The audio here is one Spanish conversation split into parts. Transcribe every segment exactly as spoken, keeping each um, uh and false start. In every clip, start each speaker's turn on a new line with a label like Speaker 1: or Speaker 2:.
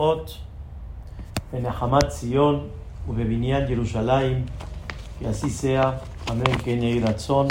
Speaker 1: Shavuot, Benahamat Zion, Ubebinyan Yerushalayim, que así sea, amén, que Yehí Ratzon.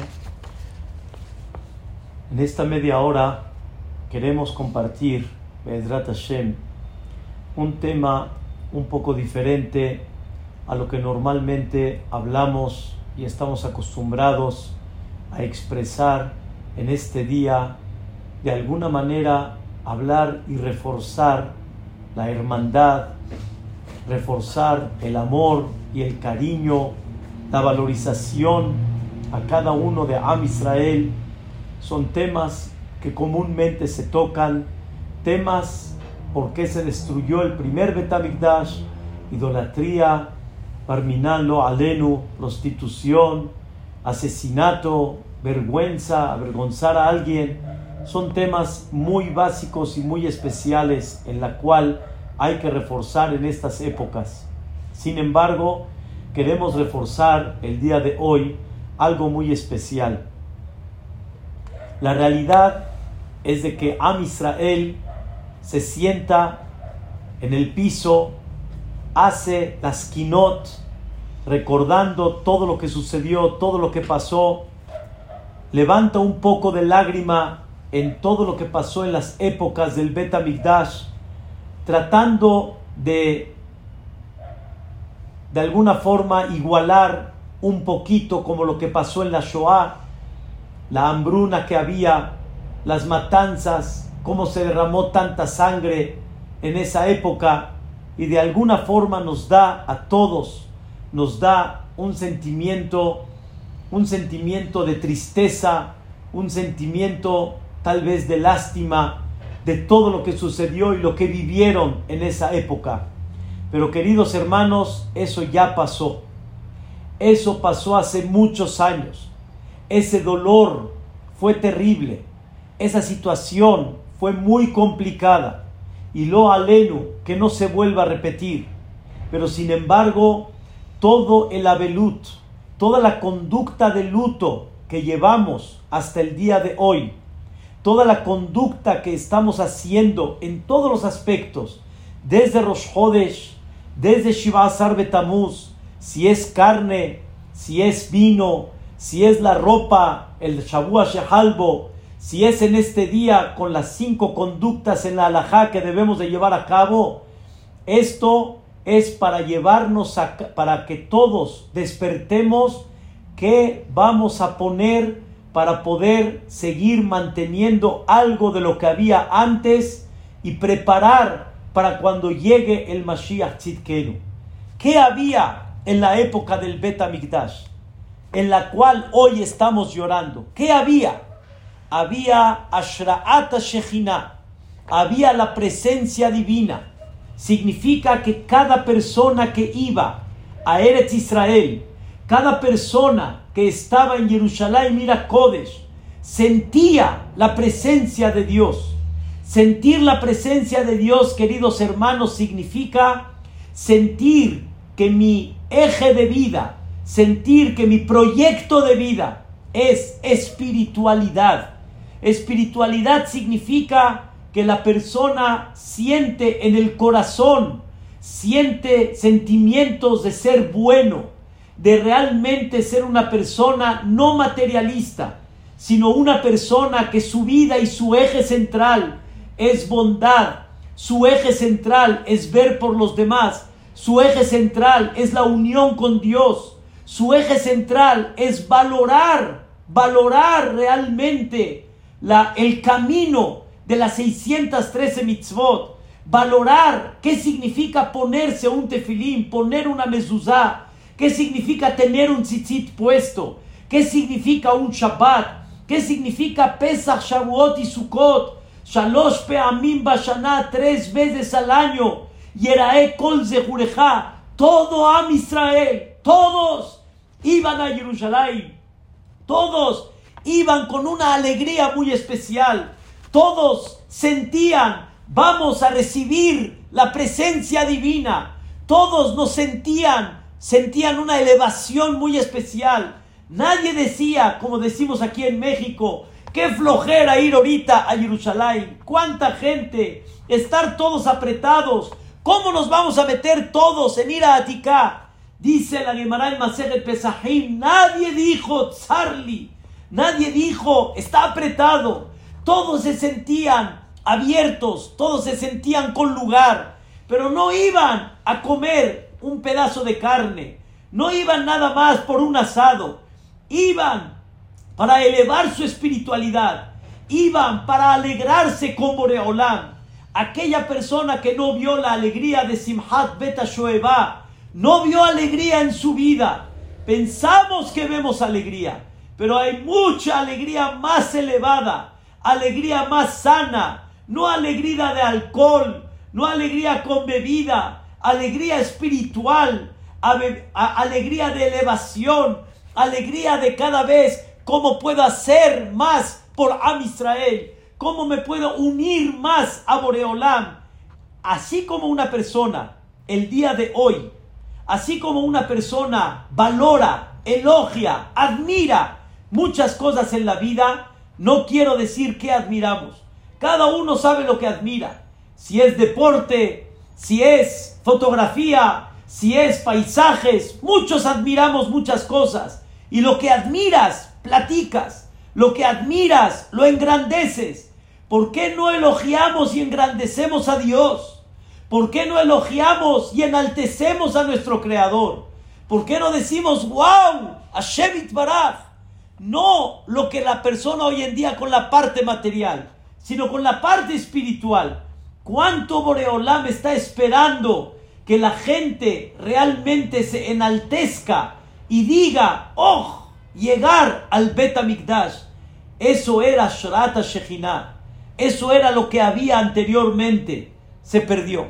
Speaker 1: En esta media hora queremos compartir, Be'ezrat Hashem, un tema un poco diferente a lo que normalmente hablamos y estamos acostumbrados a expresar en este día, de alguna manera hablar y reforzar la hermandad, reforzar el amor y el cariño, la valorización a cada uno de Am Israel. Son temas que comúnmente se tocan, temas por qué se destruyó el primer Bet HaMikdash, idolatría, Barminalo, Alenu, prostitución, asesinato, vergüenza, avergonzar a alguien. Son temas muy básicos y muy especiales en la cual hay que reforzar en estas épocas. Sin embargo, queremos reforzar el día de hoy algo muy especial. La realidad es de que Am Israel se sienta en el piso, hace las kinot, recordando todo lo que sucedió, todo lo que pasó, levanta un poco de lágrima en todo lo que pasó en las épocas del Bet HaMikdash, tratando de de alguna forma igualar un poquito como lo que pasó en la Shoah, la hambruna que había, las matanzas, cómo se derramó tanta sangre en esa época, y de alguna forma nos da a todos, nos da un sentimiento, un sentimiento de tristeza, un sentimiento tal vez de lástima de todo lo que sucedió y lo que vivieron en esa época. Pero queridos hermanos, eso ya pasó. Eso pasó hace muchos años. Ese dolor fue terrible. Esa situación fue muy complicada. Y lo alenu, que no se vuelva a repetir. Pero sin embargo, todo el abelut, toda la conducta de luto que llevamos hasta el día de hoy, toda la conducta que estamos haciendo en todos los aspectos, desde Rosh Hodesh, desde Shiva Asar Betamuz, si es carne, si es vino, si es la ropa, el Shavua Shehalbo, si es en este día con las cinco conductas en la halajá que debemos de llevar a cabo, esto es para llevarnos a, para que todos despertemos que vamos a poner para poder seguir manteniendo algo de lo que había antes y preparar para cuando llegue el Mashiach Tzidkenu. ¿Qué había en la época del Bet HaMikdash, en la cual hoy estamos llorando? ¿Qué había? Había Ashra'at HaShekhinah, había la presencia divina. Significa que cada persona que iba a Eretz Israel, cada persona que estaba en Jerusalén, mira Kodesh, sentía la presencia de Dios. Sentir la presencia de Dios, queridos hermanos, significa sentir que mi eje de vida, sentir que mi proyecto de vida es espiritualidad. Espiritualidad significa que la persona siente en el corazón, siente sentimientos de ser bueno, de realmente ser una persona no materialista, sino una persona que su vida y su eje central es bondad, su eje central es ver por los demás, su eje central es la unión con Dios, su eje central es valorar, valorar realmente la, el camino de las seiscientas trece mitzvot, valorar qué significa ponerse un tefilín, poner una mezuzá, qué significa tener un tzitzit puesto, qué significa un Shabbat, qué significa Pesach, Shavuot y Sukkot, Shalosh Pe'amim Bashana, tres veces al año, Yerae Kol Zehureja. Todo Am Israel, todos iban a Jerusalén, todos iban con una alegría muy especial, todos sentían, vamos a recibir la presencia divina, todos nos sentían, sentían una elevación muy especial. Nadie decía, como decimos aquí en México, qué flojera ir ahorita a Jerusalén, cuánta gente, estar todos apretados, ¿Cómo nos vamos a meter todos en ir a Atiká? Dice la Gemara en Masejet Pesahim, nadie dijo tzarli, nadie dijo está apretado. Todos se sentían abiertos, todos se sentían con lugar, pero no iban a comer un pedazo de carne, no iban nada más por un asado, iban para elevar su espiritualidad, iban para alegrarse con Boreolam. Aquella persona que no vio la alegría de Simhat Bet HaShoevah, no vio alegría en su vida. Pensamos que vemos alegría, pero hay mucha alegría más elevada, alegría más sana, no alegría de alcohol, no alegría con bebida, alegría espiritual, alegría de elevación, alegría de cada vez cómo puedo hacer más por Am Israel, cómo me puedo unir más a Boreolam. Así como una persona el día de hoy, así como una persona valora, elogia, admira muchas cosas en la vida, no quiero decir que admiramos. Cada uno sabe lo que admira. Si es deporte, si es fotografía, si es paisajes, muchos admiramos muchas cosas. Y lo que admiras, platicas. Lo que admiras, lo engrandeces. ¿Por qué no elogiamos y engrandecemos a Dios? ¿Por qué no elogiamos y enaltecemos a nuestro Creador? ¿Por qué no decimos, wow, Hashem Yitbaraj? No lo que la persona hoy en día con la parte material, sino con la parte espiritual. ¿Cuánto Boreolam está esperando que la gente realmente se enaltezca y diga, oh, llegar al Bet HaMikdash? Eso era Shrat HaShekhinah. Eso era lo que había anteriormente. Se perdió.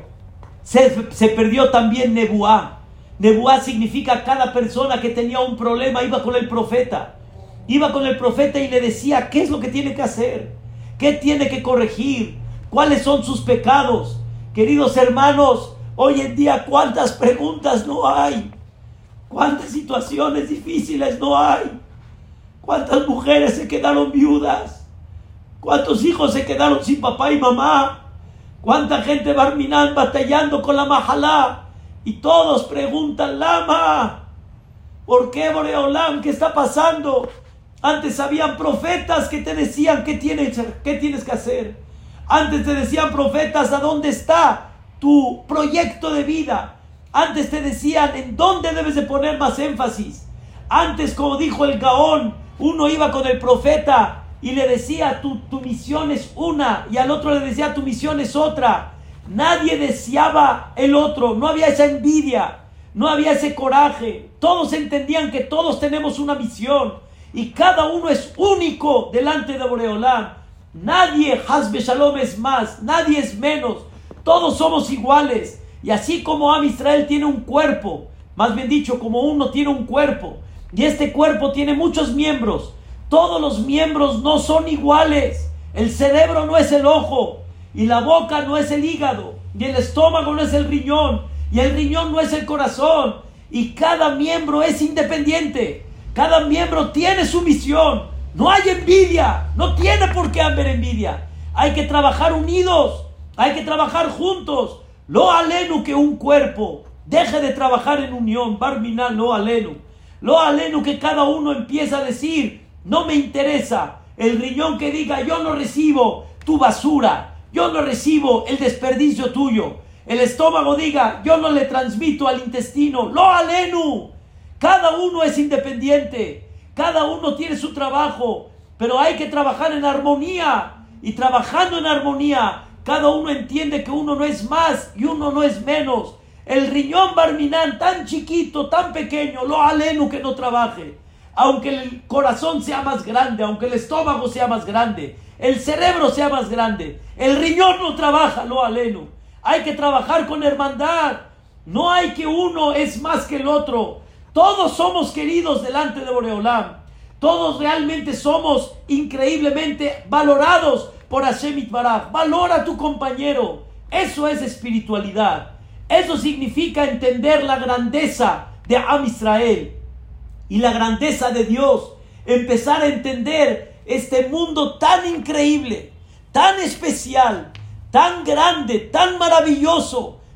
Speaker 1: Se, se perdió también Nebuá. Nebuá significa cada persona que tenía un problema iba con el profeta. Iba con el profeta y le decía qué es lo que tiene que hacer, qué tiene que corregir, cuáles son sus pecados. Queridos hermanos, hoy en día cuántas preguntas no hay, cuántas situaciones difíciles no hay, cuántas mujeres se quedaron viudas, cuántos hijos se quedaron sin papá y mamá, cuánta gente barminan batallando con la mahalá, y todos preguntan, Lama, ¿por qué Boreolam? ¿Qué está pasando? Antes habían profetas que te decían qué tienes, qué tienes que hacer. Antes te decían profetas a dónde está tu proyecto de vida. Antes te decían en dónde debes de poner más énfasis. Antes, como dijo el Gaón, uno iba con el profeta y le decía tu, tu misión es una, y al otro le decía tu misión es otra. Nadie deseaba el otro, no había esa envidia, no había ese coraje. Todos entendían que todos tenemos una misión y cada uno es único delante de Boreolam. Nadie, Hasbe Shalom, es más, nadie es menos. Todos somos iguales. Y así como Am Israel tiene un cuerpo, más bien dicho, como uno tiene un cuerpo, y este cuerpo tiene muchos miembros, todos los miembros no son iguales. El cerebro no es el ojo, y la boca no es el hígado, y el estómago no es el riñón, y el riñón no es el corazón, y cada miembro es independiente. Cada miembro tiene su misión. No hay envidia. No tiene por qué haber envidia. Hay que trabajar unidos. Hay que trabajar juntos. Lo alenu que un cuerpo deje de trabajar en unión. Barminal, lo alenu. Lo alenu que cada uno empieza a decir, no me interesa. El riñón que diga, yo no recibo tu basura. Yo no recibo el desperdicio tuyo. El estómago diga, yo no le transmito al intestino. Lo alenu. Cada uno es independiente, cada uno tiene su trabajo, pero hay que trabajar en armonía. Y trabajando en armonía, cada uno entiende que uno no es más y uno no es menos. El riñón barminán tan chiquito, tan pequeño, lo alenu que no trabaje. Aunque el corazón sea más grande, aunque el estómago sea más grande, el cerebro sea más grande, el riñón no trabaja, lo alenu. Hay que trabajar con hermandad. No hay que uno es más que el otro. Todos somos queridos delante de Boreolam. Todos realmente somos increíblemente valorados por Hashem Yitbaraj. Valora a tu compañero. Eso es espiritualidad. Eso significa entender la grandeza de Am Israel y la grandeza de Dios. Empezar a entender este mundo tan increíble, tan especial, tan grande, tan maravilloso,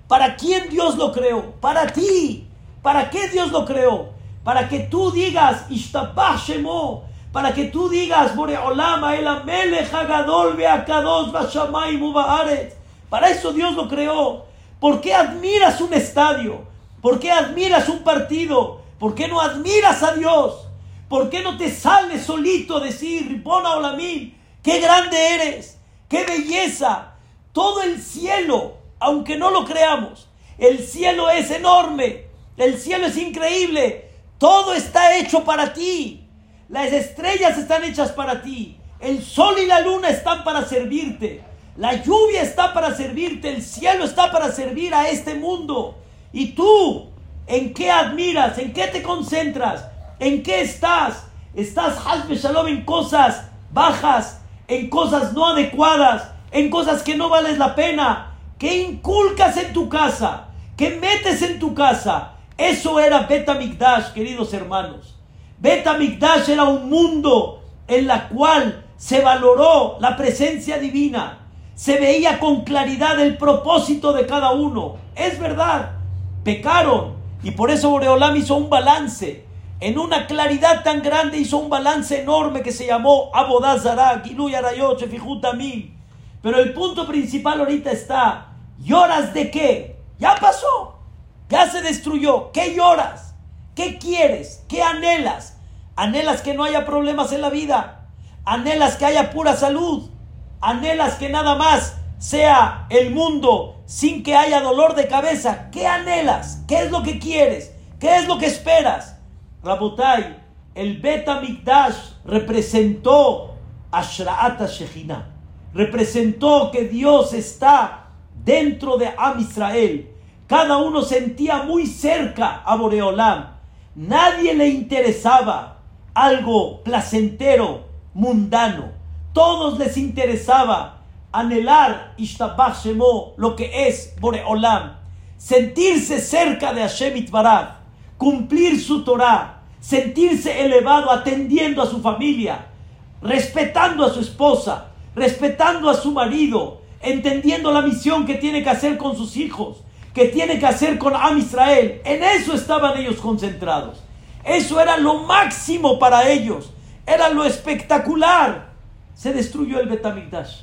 Speaker 1: ¿Para quién Dios lo creó? Para ti. ¿Para qué Dios lo creó? Para que tú digas, Ishtabach Shemo, para que tú digas, Boreolam, el Amelech Hagadol Beakadosh Bashamayim Ubaaretz. Para eso Dios lo creó. ¿Por qué admiras un estadio? ¿Por qué admiras un partido? ¿Por qué no admiras a Dios? ¿Por qué no te sales solito a decir, Ribona Olamim, qué grande eres, qué belleza? Todo el cielo, aunque no lo creamos, el cielo es enorme, el cielo es increíble, todo está hecho para ti, las estrellas están hechas para ti, el sol y la luna están para servirte, la lluvia está para servirte, el cielo está para servir a este mundo. Y tú, ¿en qué admiras? ¿En qué te concentras? ¿En qué estás? Estás, Hasbe Shalom, en cosas bajas, en cosas no adecuadas, en cosas que no vales la pena. ¿Qué inculcas en tu casa? ¿Qué metes en tu casa? Eso era Bet HaMikdash, queridos hermanos. Bet HaMikdash era un mundo en la cual se valoró la presencia divina. Se veía con claridad el propósito de cada uno. Es verdad, pecaron y por eso Boreolam hizo un balance. En una claridad tan grande hizo un balance enorme que se llamó Avodah Zarah, Giluy Arayot, Shefijut Damim. Pero el punto principal ahorita está, ¿lloras de qué? Ya pasó, ya se destruyó. ¿Qué lloras? ¿Qué quieres? ¿Qué anhelas? ¿Anhelas que no haya problemas en la vida? ¿Anhelas que haya pura salud? ¿Anhelas que nada más sea el mundo sin que haya dolor de cabeza? ¿Qué anhelas? ¿Qué es lo que quieres? ¿Qué es lo que esperas? Rabotai, el Bet HaMikdash representó Ashra'at HaShejinah, representó que Dios está dentro de Am Israel. Cada uno sentía muy cerca a Boreolam. Nadie le interesaba algo placentero, mundano. Todos les interesaba anhelar Ishtabach Shemo, lo que es Boreolam, sentirse cerca de Hashem Itbaraj, cumplir su Torah, sentirse elevado atendiendo a su familia, respetando a su esposa, respetando a su marido, entendiendo la misión que tiene que hacer con sus hijos, que tiene que hacer con Am Israel. En eso estaban ellos concentrados. Eso era lo máximo para ellos, era lo espectacular. Se destruyó el Bet HaMikdash.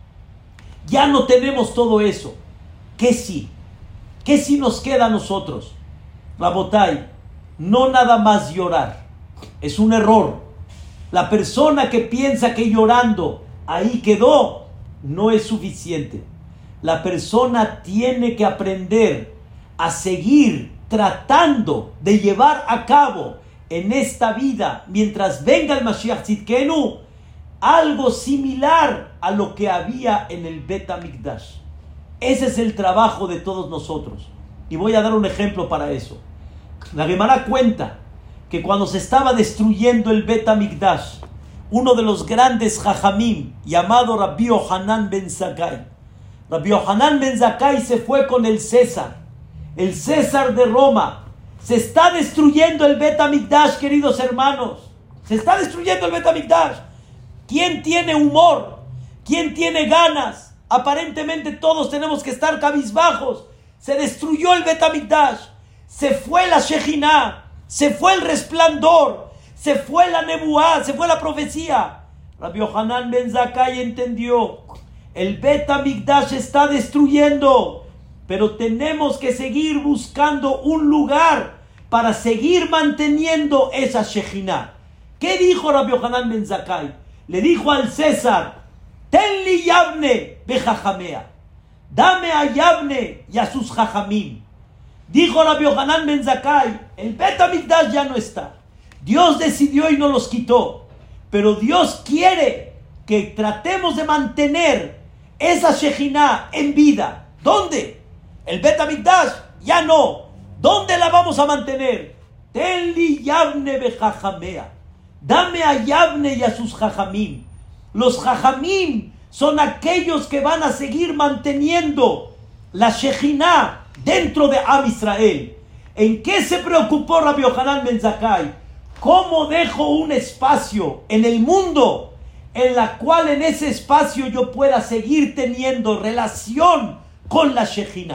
Speaker 1: Ya no tenemos todo eso. ¿Qué sí? ¿Qué sí nos queda a nosotros? Rabotai, no nada más llorar. Es un error. La persona que piensa que llorando ahí quedó, no es suficiente. La persona tiene que aprender a seguir tratando de llevar a cabo en esta vida, mientras venga el Mashiach Tzidkenu, algo similar a lo que había en el Bet HaMikdash. Ese es el trabajo de todos nosotros. Y voy a dar un ejemplo para eso. La Gemara cuenta que cuando se estaba destruyendo el Bet HaMikdash, uno de los grandes Jajamim, llamado Rabbi Yohanan ben Zakkai, Rabbi Yohanan ben Zakkai se fue con el César, el César de Roma. Se está destruyendo el Bet HaMikdash, queridos hermanos. Se está destruyendo el Bet HaMikdash. ¿Quién tiene humor? ¿Quién tiene ganas? Aparentemente todos tenemos que estar cabizbajos. Se destruyó el Bet HaMikdash. Se fue la Shejinah. Se fue el resplandor. Se fue la Nebuá. Se fue la profecía. Rabbi Yohanan ben Zakkai entendió. El Bet HaMikdash se está destruyendo. Pero tenemos que seguir buscando un lugar para seguir manteniendo esa Shejinah. ¿Qué dijo Rabbi Yohanan ben Zakkai? Le dijo al César, tenli Yavne bejajamea, dame a Yavne y a sus jajamim. Dijo Rabbi Yohanan ben Zakkai, el Bet HaMikdash ya no está. Dios decidió y no los quitó. Pero Dios quiere que tratemos de mantener esa Shejinah en vida. ¿Dónde? El Bet HaMikdash ya no. ¿Dónde la vamos a mantener? Tenli Yavne bejajamea. Dame a Yavne y a sus jajamim. Los jajamim son aquellos que van a seguir manteniendo la Shejinah dentro de Am Israel. ¿En qué se preocupó Rabbi Yohanan ben Zakkai? ¿Cómo dejo un espacio en el mundo en la cual en ese espacio yo pueda seguir teniendo relación con la Shejinah?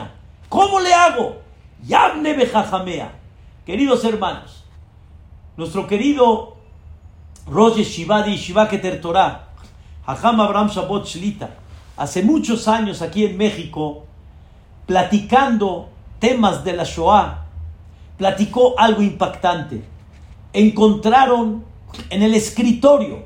Speaker 1: ¿Cómo le hago? Yavne bejajamea. Queridos hermanos, nuestro querido Rosh Yeshiva de Yeshiva Keter Torah, Hajam Abraham Shabbat Shlita, hace muchos años aquí en México, platicando temas de la Shoah, platicó algo impactante. Encontraron en el escritorio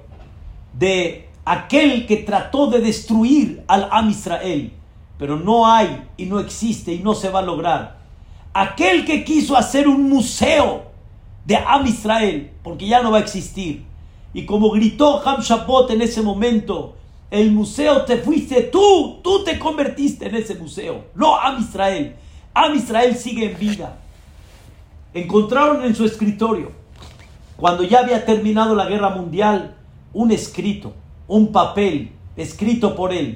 Speaker 1: de aquel que trató de destruir al Am Israel, pero no hay y no existe y no se va a lograr. Aquel que quiso hacer un museo de Am Israel, porque ya no va a existir. Y como gritó Ham Shabbat en ese momento, el museo te fuiste tú, tú te convertiste en ese museo, no Am Israel. Am Israel sigue en vida. Encontraron en su escritorio, cuando ya había terminado la guerra mundial, un escrito, un papel escrito por él.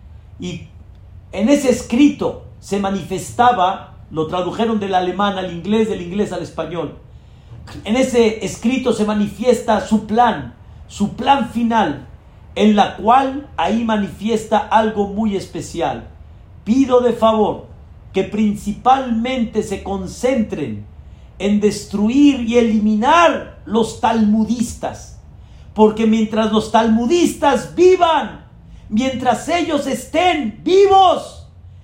Speaker 1: Y en ese escrito se manifestaba, lo tradujeron del alemán al inglés, del inglés al español. En ese escrito se manifiesta su plan, su plan final, en la cual ahí manifiesta algo muy especial. Pido de favor que principalmente se concentren en destruir y eliminar los talmudistas, porque mientras los talmudistas vivan, mientras ellos estén vivos,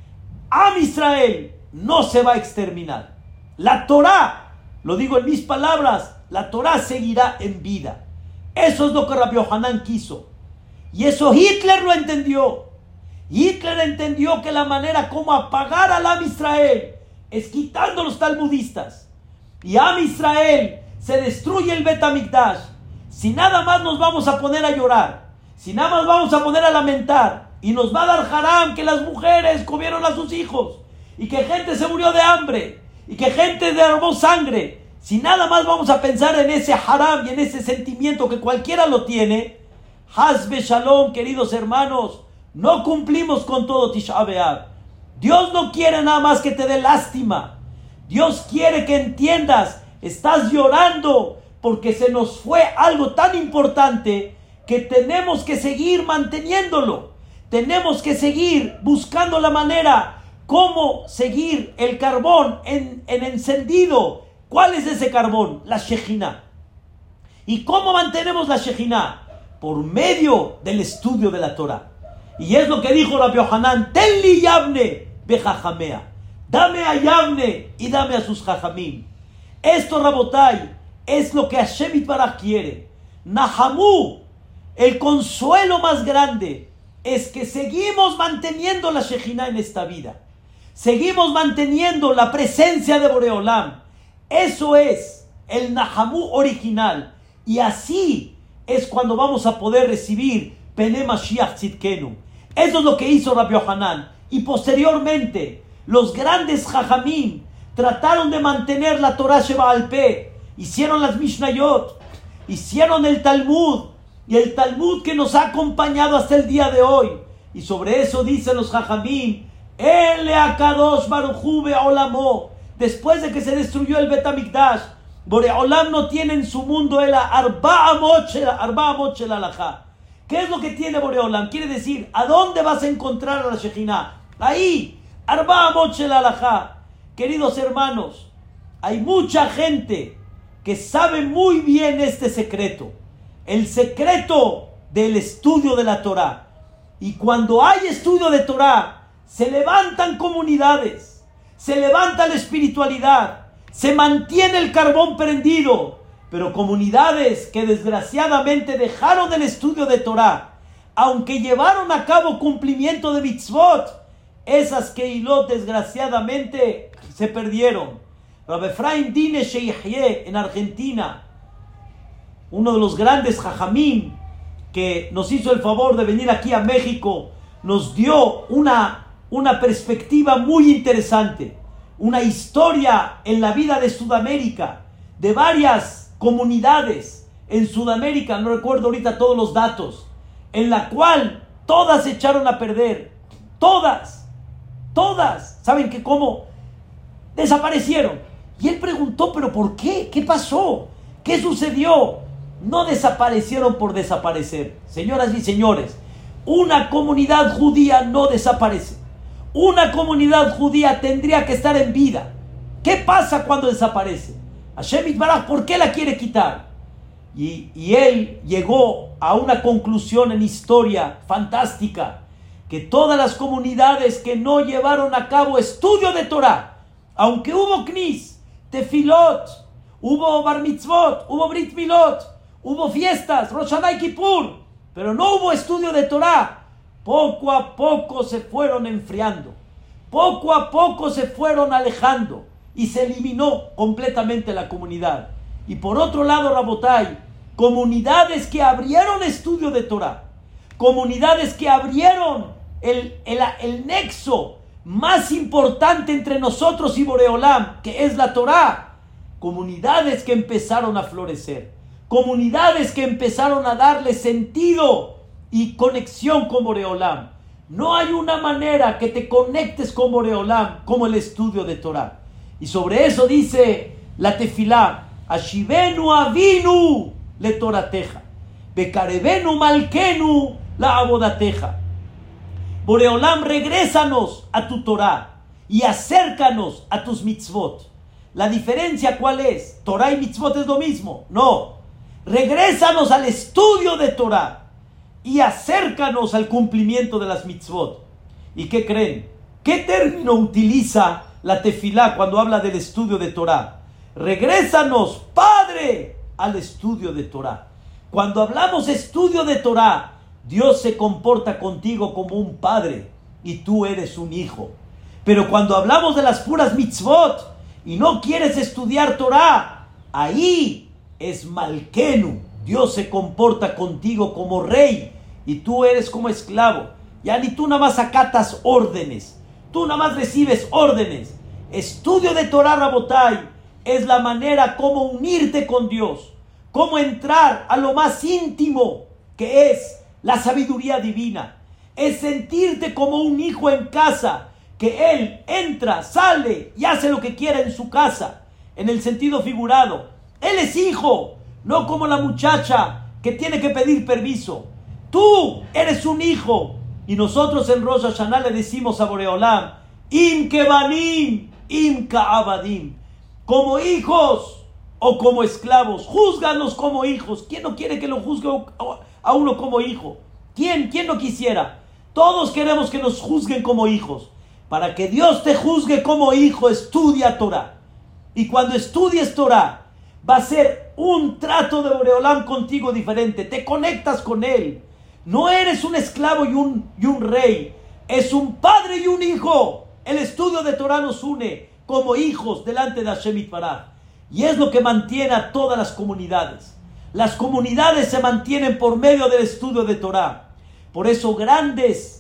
Speaker 1: Am Israel no se va a exterminar. La Torá, lo digo en mis palabras, la Torá seguirá en vida. Eso es lo que Rabbi Yohanan quiso. Y eso Hitler lo entendió. Hitler entendió que la manera como apagar al Am Israel es quitando los talmudistas. Y Am Israel se destruye el Bet HaMikdash. Si nada más nos vamos a poner a llorar, si nada más vamos a poner a lamentar, y nos va a dar haram que las mujeres comieron a sus hijos, y que gente se murió de hambre, y que gente derramó sangre, si nada más vamos a pensar en ese haram y en ese sentimiento que cualquiera lo tiene, Hazbe Shalom, queridos hermanos, no cumplimos con todo Tisha B'Av. Dios no quiere nada más que te dé lástima. Dios quiere que entiendas, estás llorando porque se nos fue algo tan importante que tenemos que seguir manteniéndolo. Tenemos que seguir buscando la manera cómo seguir el carbón en, en encendido. ¿Cuál es ese carbón? La Shejina. ¿Y cómo mantenemos la Shejina? Por medio del estudio de la Torah. Y es lo que dijo Rabbi Yohanan: Tenli Yavne bejajamea. Dame a Yavne y dame a sus jajamim. Esto, Rabotai, es lo que Hashem Yitbaraj quiere. Nahamu, el consuelo más grande, es que seguimos manteniendo la Shejina en esta vida. Seguimos manteniendo la presencia de Boreolam. Eso es el Nahamu original. Y así es cuando vamos a poder recibir Pene Mashiach Tzidkenu. Eso es lo que hizo Rabbi Yohanan. Y posteriormente, los grandes Jajamim trataron de mantener la Torah Shebaal Peh. Hicieron las Mishnayot, hicieron el Talmud, y el Talmud que nos ha acompañado hasta el día de hoy. Y sobre eso dicen los Jajamim: Ele Akadosh Baruj Hu Be'olamo. Después de que se destruyó el Bet HaMikdash, Boreolam no tiene en su mundo el Arba Amot Shel Halajá. ¿Qué es lo que tiene Boreolam? Quiere decir, ¿a dónde vas a encontrar a la Shejina? Ahí, Arba Amot Shel Halajá. Queridos hermanos, hay mucha gente que sabe muy bien este secreto, el secreto del estudio de la Torah. Y cuando hay estudio de Torah, se levantan comunidades, se levanta la espiritualidad, se mantiene el carbón prendido. Pero comunidades que desgraciadamente dejaron el estudio de Torah, aunque llevaron a cabo cumplimiento de mitzvot, esas keilot desgraciadamente se perdieron. Rabbi Efraim Dine Sheyehye en Argentina, uno de los grandes jajamim que nos hizo el favor de venir aquí a México, nos dio una, una perspectiva muy interesante, una historia en la vida de Sudamérica, de varias comunidades en Sudamérica, no recuerdo ahorita todos los datos, en la cual todas se echaron a perder, todas, todas, ¿saben qué? ¿Cómo? Desaparecieron. Y él preguntó, ¿pero por qué? ¿Qué pasó? ¿Qué sucedió? No desaparecieron por desaparecer. Señoras y señores, una comunidad judía no desaparece. una comunidad judía tendría que estar en vida. ¿Qué pasa cuando desaparece? Hashem Yitbaraj, ¿por qué la quiere quitar? Y, y él llegó a una conclusión en historia fantástica, que todas las comunidades que no llevaron a cabo estudio de Torah, aunque hubo Knis, Tefilot, hubo Bar Mitzvot, hubo Brit Milot, hubo fiestas, Rosh Hashanah y Kippur, pero no hubo estudio de Torah, poco a poco se fueron enfriando, poco a poco se fueron alejando y se eliminó completamente la comunidad. Y por otro lado, Rabotai, comunidades que abrieron estudio de Torah, comunidades que abrieron el, el, el nexo más importante entre nosotros y Boreolam, que es la Torah, comunidades que empezaron a florecer, comunidades que empezaron a darle sentido y conexión con Boreolam. No hay una manera que te conectes con Boreolam como el estudio de Torah. Y sobre eso dice la tefilá: Ashivenu avinu le torateja, bekarevenu malkenu la abodateja. Boreolam, regrésanos a tu Torah y acércanos a tus mitzvot. ¿La diferencia cuál es? ¿Torah y mitzvot es lo mismo? No. Regrésanos al estudio de Torah y acércanos al cumplimiento de las mitzvot. ¿Y qué creen? ¿Qué término utiliza la tefilá cuando habla del estudio de Torah? Regrésanos, Padre, al estudio de Torah. Cuando hablamos de estudio de Torah, Dios se comporta contigo como un padre y tú eres un hijo. Pero cuando hablamos de las puras mitzvot y no quieres estudiar Torah, ahí es Malkenu. Dios se comporta contigo como rey y tú eres como esclavo. Ya ni tú nada más acatas órdenes, tú nada más recibes órdenes. Estudio de Torah, Rabotai, es la manera como unirte con Dios, cómo entrar a lo más íntimo que es la sabiduría divina. Es sentirte como un hijo en casa, que él entra, sale y hace lo que quiera en su casa, en el sentido figurado. Él es hijo, no como la muchacha que tiene que pedir permiso. Tú eres un hijo. Y nosotros en Rosh Hashanah le decimos a Boreolam: Im kebanim, im ka'abadim. Como hijos o como esclavos, júzganos como hijos. ¿Quién no quiere que lo juzgue a uno como hijo? ¿Quién? ¿Quién no quisiera? Todos queremos que nos juzguen como hijos. Para que Dios te juzgue como hijo, estudia Torah. Y cuando estudies Torah, va a ser un trato de Boreolam contigo diferente. Te conectas con él. No eres un esclavo y un, y un rey. Es un padre y un hijo. El estudio de Torah nos une como hijos delante de Hashem Yitbaraj. Y es lo que mantiene a todas las comunidades. Las comunidades se mantienen por medio del estudio de Torah. Por eso grandes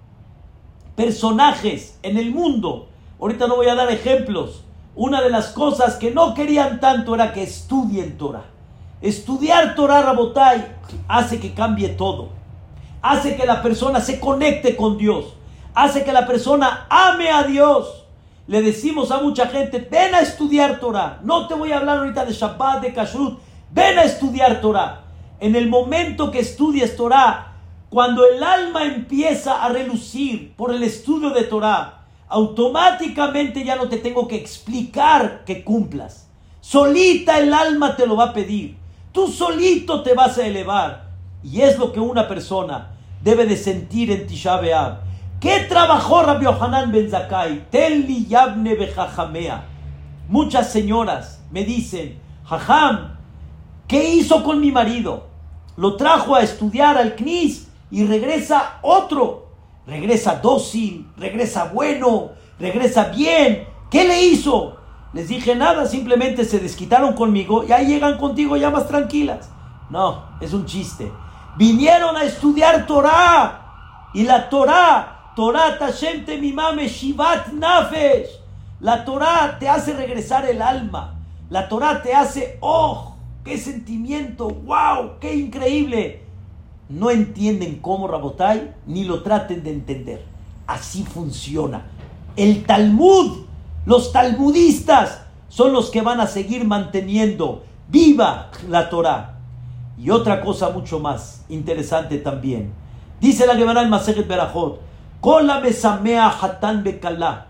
Speaker 1: personajes en el mundo, ahorita no voy a dar ejemplos, una de las cosas que no querían tanto era que estudien Torah. Estudiar Torah, Rabotai, hace que cambie todo. Hace que la persona se conecte con Dios. Hace que la persona ame a Dios. Le decimos a mucha gente: ven a estudiar Torah. No te voy a hablar ahorita de Shabbat, de Kashrut. Ven a estudiar Torah. En el momento que estudies Torah, cuando el alma empieza a relucir por el estudio de Torah, automáticamente ya no te tengo que explicar que cumplas. Solita el alma te lo va a pedir. Tú solito te vas a elevar. Y es lo que una persona debe de sentir en Tisha B'Av. ¿Qué trabajó Rabbi Yohanan ben Zakkai? Telli yabne bejajamea. Muchas señoras me dicen: Jajam, ¿qué hizo con mi marido? Lo trajo a estudiar al Knis y regresa otro. Regresa dócil, regresa bueno, regresa bien. ¿Qué le hizo? Les dije: nada, simplemente se desquitaron conmigo y ahí llegan contigo ya más tranquilas. No, es un chiste. Vinieron a estudiar Torah. Y la Torah, Torah Tashem Temimame Shivat Nafesh. La Torah te hace regresar el alma. La Torah te hace, oh, qué sentimiento, wow, qué increíble. No entienden cómo, Rabotai, ni lo traten de entender. Así funciona. El Talmud, los talmudistas son los que van a seguir manteniendo viva la Torah. Y otra cosa mucho más interesante también. Dice la Gemara en Masejet Berajot: Kola mesamea hatán bekalá.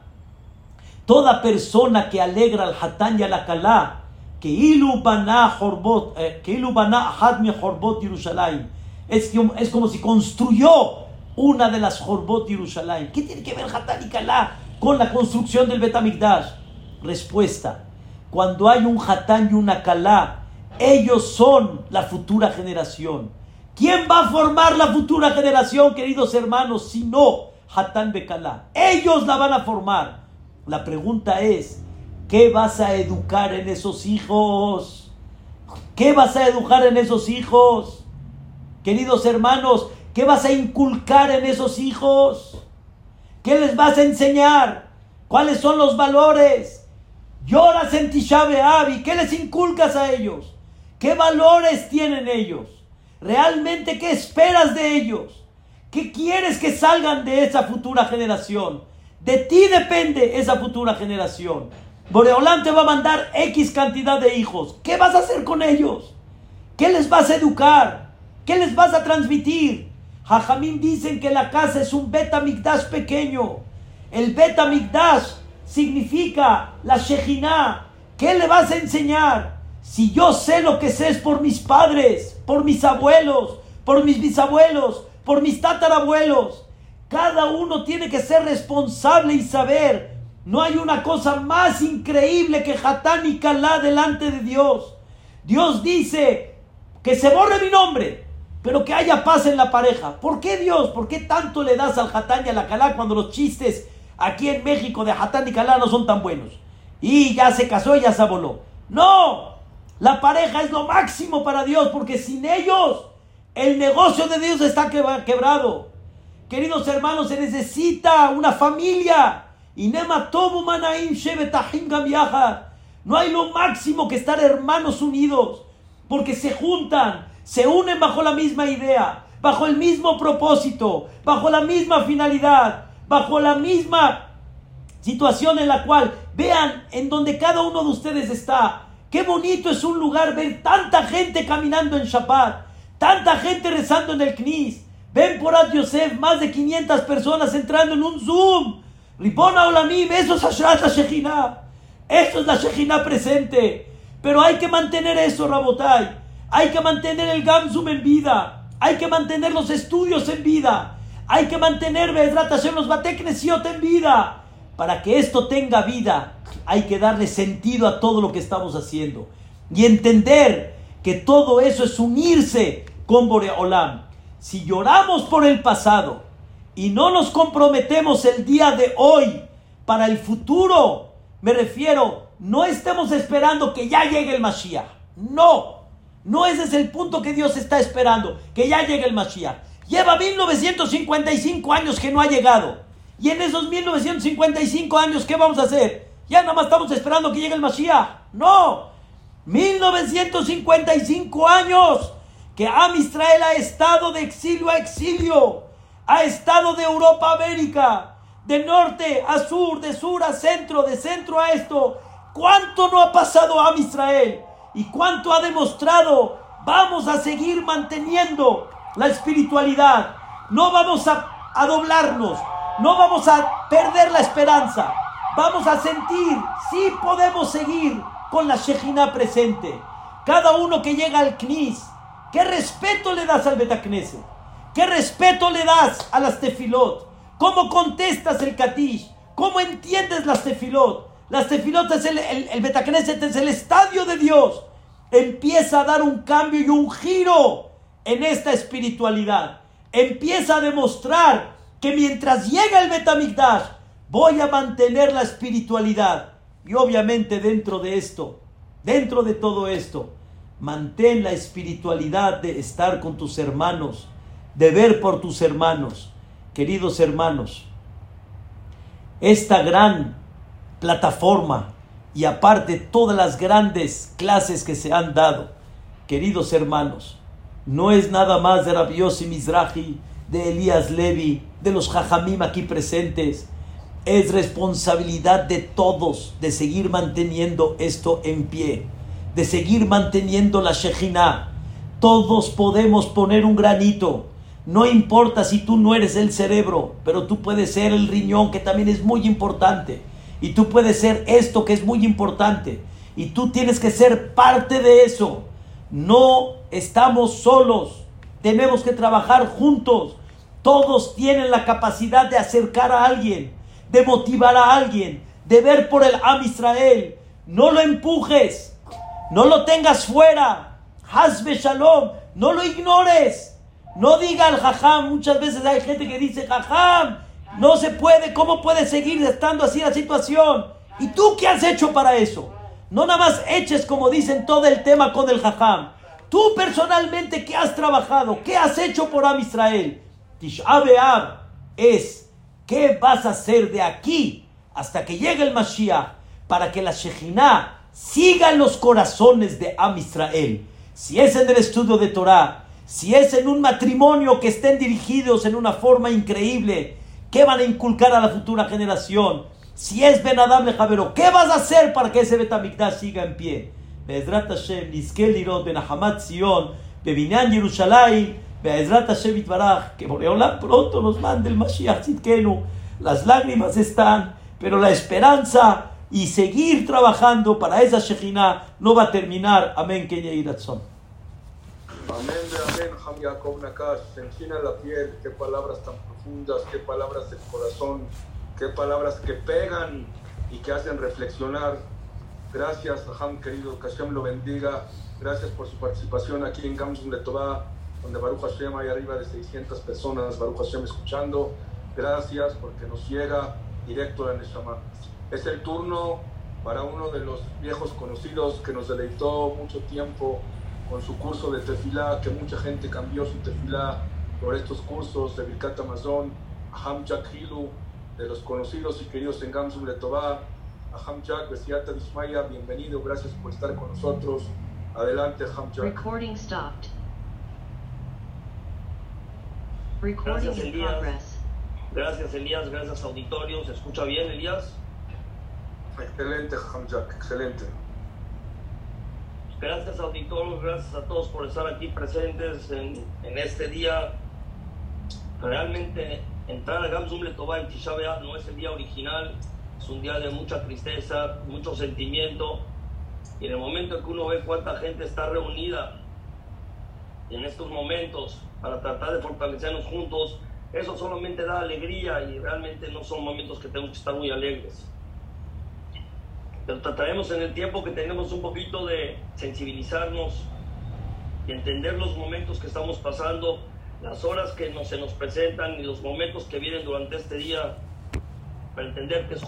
Speaker 1: Toda persona que alegra al hatán y a la kalá, que ilu baná horbot, que ilu baná ahad mi horbot Yerushalayim. Es, es como si construyó una de las horbot Yerushalayim. ¿Qué tiene que ver hatán y kalá con la construcción del Bet HaMikdash? Respuesta: cuando hay un hatán y una kalá, ellos son la futura generación. ¿Quién va a formar la futura generación, queridos hermanos, si no hatán bekalá? Ellos la van a formar. La pregunta es: ¿qué vas a educar en esos hijos? ¿Qué vas a educar en esos hijos? Queridos hermanos, ¿qué vas a inculcar en esos hijos? ¿Qué les vas a enseñar? ¿Cuáles son los valores? Lloras en Tisha B'Av, ¿y qué les inculcas a ellos? ¿Qué valores tienen ellos? ¿Realmente qué esperas de ellos? ¿Qué quieres que salgan de esa futura generación? De ti depende esa futura generación. Boreolam te va a mandar X cantidad de hijos. ¿Qué vas a hacer con ellos? ¿Qué les vas a educar? ¿Qué les vas a transmitir? Jajamim dicen que la casa es un Bet HaMikdash pequeño. El Bet HaMikdash significa la Shejinah. ¿Qué le vas a enseñar? Si yo sé lo que sé es por mis padres, por mis abuelos, por mis bisabuelos, por mis tatarabuelos. Cada uno tiene que ser responsable y saber. No hay una cosa más increíble que hatán y kalá delante de Dios. Dios dice que se borre mi nombre, pero que haya paz en la pareja. ¿Por qué, Dios? ¿Por qué tanto le das al hatán y a la kalá cuando los chistes aquí en México de hatán y kalá no son tan buenos? Y ya se casó y ya se aboló. ¡No! La pareja es lo máximo para Dios, porque sin ellos el negocio de Dios está quebrado. Queridos hermanos, se necesita una familia. Y nema tobu manaim shevetahim gam yahad. No hay lo máximo que estar hermanos unidos, porque se juntan, se unen bajo la misma idea, bajo el mismo propósito, bajo la misma finalidad, bajo la misma situación en la cual, vean en donde cada uno de ustedes está. Qué bonito es un lugar ver tanta gente caminando en Shabbat, tanta gente rezando en el Knis. Ven por Ad Yosef, más de quinientas personas entrando en un Zoom. Ribona Olamim, eso es Ashrat la Shejinah. Eso es la Shejinah presente. Pero hay que mantener eso, Rabotai. Hay que mantener el Gamsum en vida. Hay que mantener los estudios en vida. Hay que mantener Be'ezrat Hashem los Batei Knesiot en vida. Para que esto tenga vida, hay que darle sentido a todo lo que estamos haciendo. Y entender que todo eso es unirse con Boreolam. Si lloramos por el pasado y no nos comprometemos el día de hoy para el futuro, me refiero, no estemos esperando que ya llegue el Mashiach. No, no ese es el punto que Dios está esperando, que ya llegue el Mashiach. Lleva mil novecientos cincuenta y cinco años que no ha llegado. Y en esos mil novecientos cincuenta y cinco años, ¿qué vamos a hacer? Ya nada más estamos esperando que llegue el Mashiach. No, mil novecientos cincuenta y cinco años que Am Israel ha estado de exilio a exilio, ha estado de Europa a América, de norte a sur, de sur a centro, de centro a esto. ¿Cuánto no ha pasado Am Israel? ¿Y cuánto ha demostrado? Vamos a seguir manteniendo la espiritualidad. No vamos a, a doblarnos. No vamos a perder la esperanza. Vamos a sentir, sí podemos seguir con la Shejinah presente. Cada uno que llega al Knis, ¿qué respeto le das al Bet HaKnesset? ¿Qué respeto le das a las tefilot? ¿Cómo contestas el Katish? ¿Cómo entiendes las tefilot? Las tefilot es el, el, el Bet HaKnesset es el estadio de Dios. Empieza a dar un cambio y un giro en esta espiritualidad. Empieza a demostrar que mientras llega el Bet HaMikdash, voy a mantener la espiritualidad. Y obviamente dentro de esto, dentro de todo esto, mantén la espiritualidad de estar con tus hermanos, de ver por tus hermanos. Queridos hermanos, esta gran plataforma y aparte todas las grandes clases que se han dado, queridos hermanos, no es nada más de Rabbi Yossi Mizrahi, de Elías Levi, de los Jajamim aquí presentes. Es responsabilidad de todos de seguir manteniendo esto en pie, de seguir manteniendo la Shejinah. Todos podemos poner un granito, No importa si tú no eres el cerebro, pero tú puedes ser el riñón, que también es muy importante. Y tú puedes ser esto, que es muy importante. Y tú tienes que ser parte de eso. No estamos solos. Tenemos que trabajar juntos. Todos tienen la capacidad de acercar a alguien, de motivar a alguien, de ver por el Am Israel. No lo empujes. No lo tengas fuera. Hazbe Shalom. No lo ignores. No diga al jajam. Muchas veces hay gente que dice, jajam, no se puede. ¿Cómo puede seguir estando así la situación? ¿Y tú qué has hecho para eso? No nada más eches, como dicen, todo el tema con el jajam. Tú personalmente, ¿qué has trabajado? ¿Qué has hecho por Am Israel? Tisha B'Av es, ¿qué vas a hacer de aquí hasta que llegue el Mashiach para que la Shejinah siga en los corazones de Am Israel? Si es en el estudio de Torah, si es en un matrimonio que estén dirigidos en una forma increíble, ¿qué van a inculcar a la futura generación? Si es Ben Adam Lejavero, ¿qué vas a hacer para que ese Betamikdash siga en pie? Be'ezrat Hashem, Nizke lirot benahamat Zion, bebinyan Yerushalayim, be'ezrat Hashem Yitbaraj, que Boreolam pronto nos mande el Mashiach Tzidkenu. Las lágrimas están, pero la esperanza y seguir trabajando para esa Shejinah no va a terminar. Amén, que Yehi Ratzon.
Speaker 2: Amén, amén, Ham Yaakov Nakash, se enchina la piel, qué palabras tan profundas, qué palabras del corazón, qué palabras que pegan y que hacen reflexionar. Gracias, Ham querido, que Hashem lo bendiga. Gracias por su participación aquí en Gamsum Letová, donde Baruch Hashem hay arriba de seiscientas personas, Baruch Hashem escuchando. Gracias porque nos llega directo a la Neshama. Es el turno para uno de los viejos conocidos que nos deleitó mucho tiempo con su curso de tefilá, que mucha gente cambió su tefilá por estos cursos de Birkat Hamazon. Aham Jack Hilu, de los conocidos y queridos en Gamsum Letová. Aham Jack, Besiata Dismaya, bienvenido, gracias por estar con nosotros. Adelante, Aham Jack.
Speaker 3: Recording stopped. Recording
Speaker 4: Gracias,
Speaker 3: in
Speaker 4: Elías.
Speaker 3: progress.
Speaker 4: Gracias, Elías. Gracias, auditorio. ¿Se escucha bien, Elías?
Speaker 2: Excelente, Aham Jack, excelente.
Speaker 4: Gracias, auditorio. Gracias a todos por estar aquí presentes en, en este día. Realmente, entrar a Gamsum Letová en Tisha B'Av no es el día original. Es un día de mucha tristeza, mucho sentimiento. Y en el momento en que uno ve cuánta gente está reunida en estos momentos para tratar de fortalecernos juntos, eso solamente da alegría y realmente no son momentos que tenemos que estar muy alegres. Pero trataremos en el tiempo que tenemos un poquito de sensibilizarnos y entender los momentos que estamos pasando, las horas que nos, se nos presentan y los momentos que vienen durante este día, para entender que es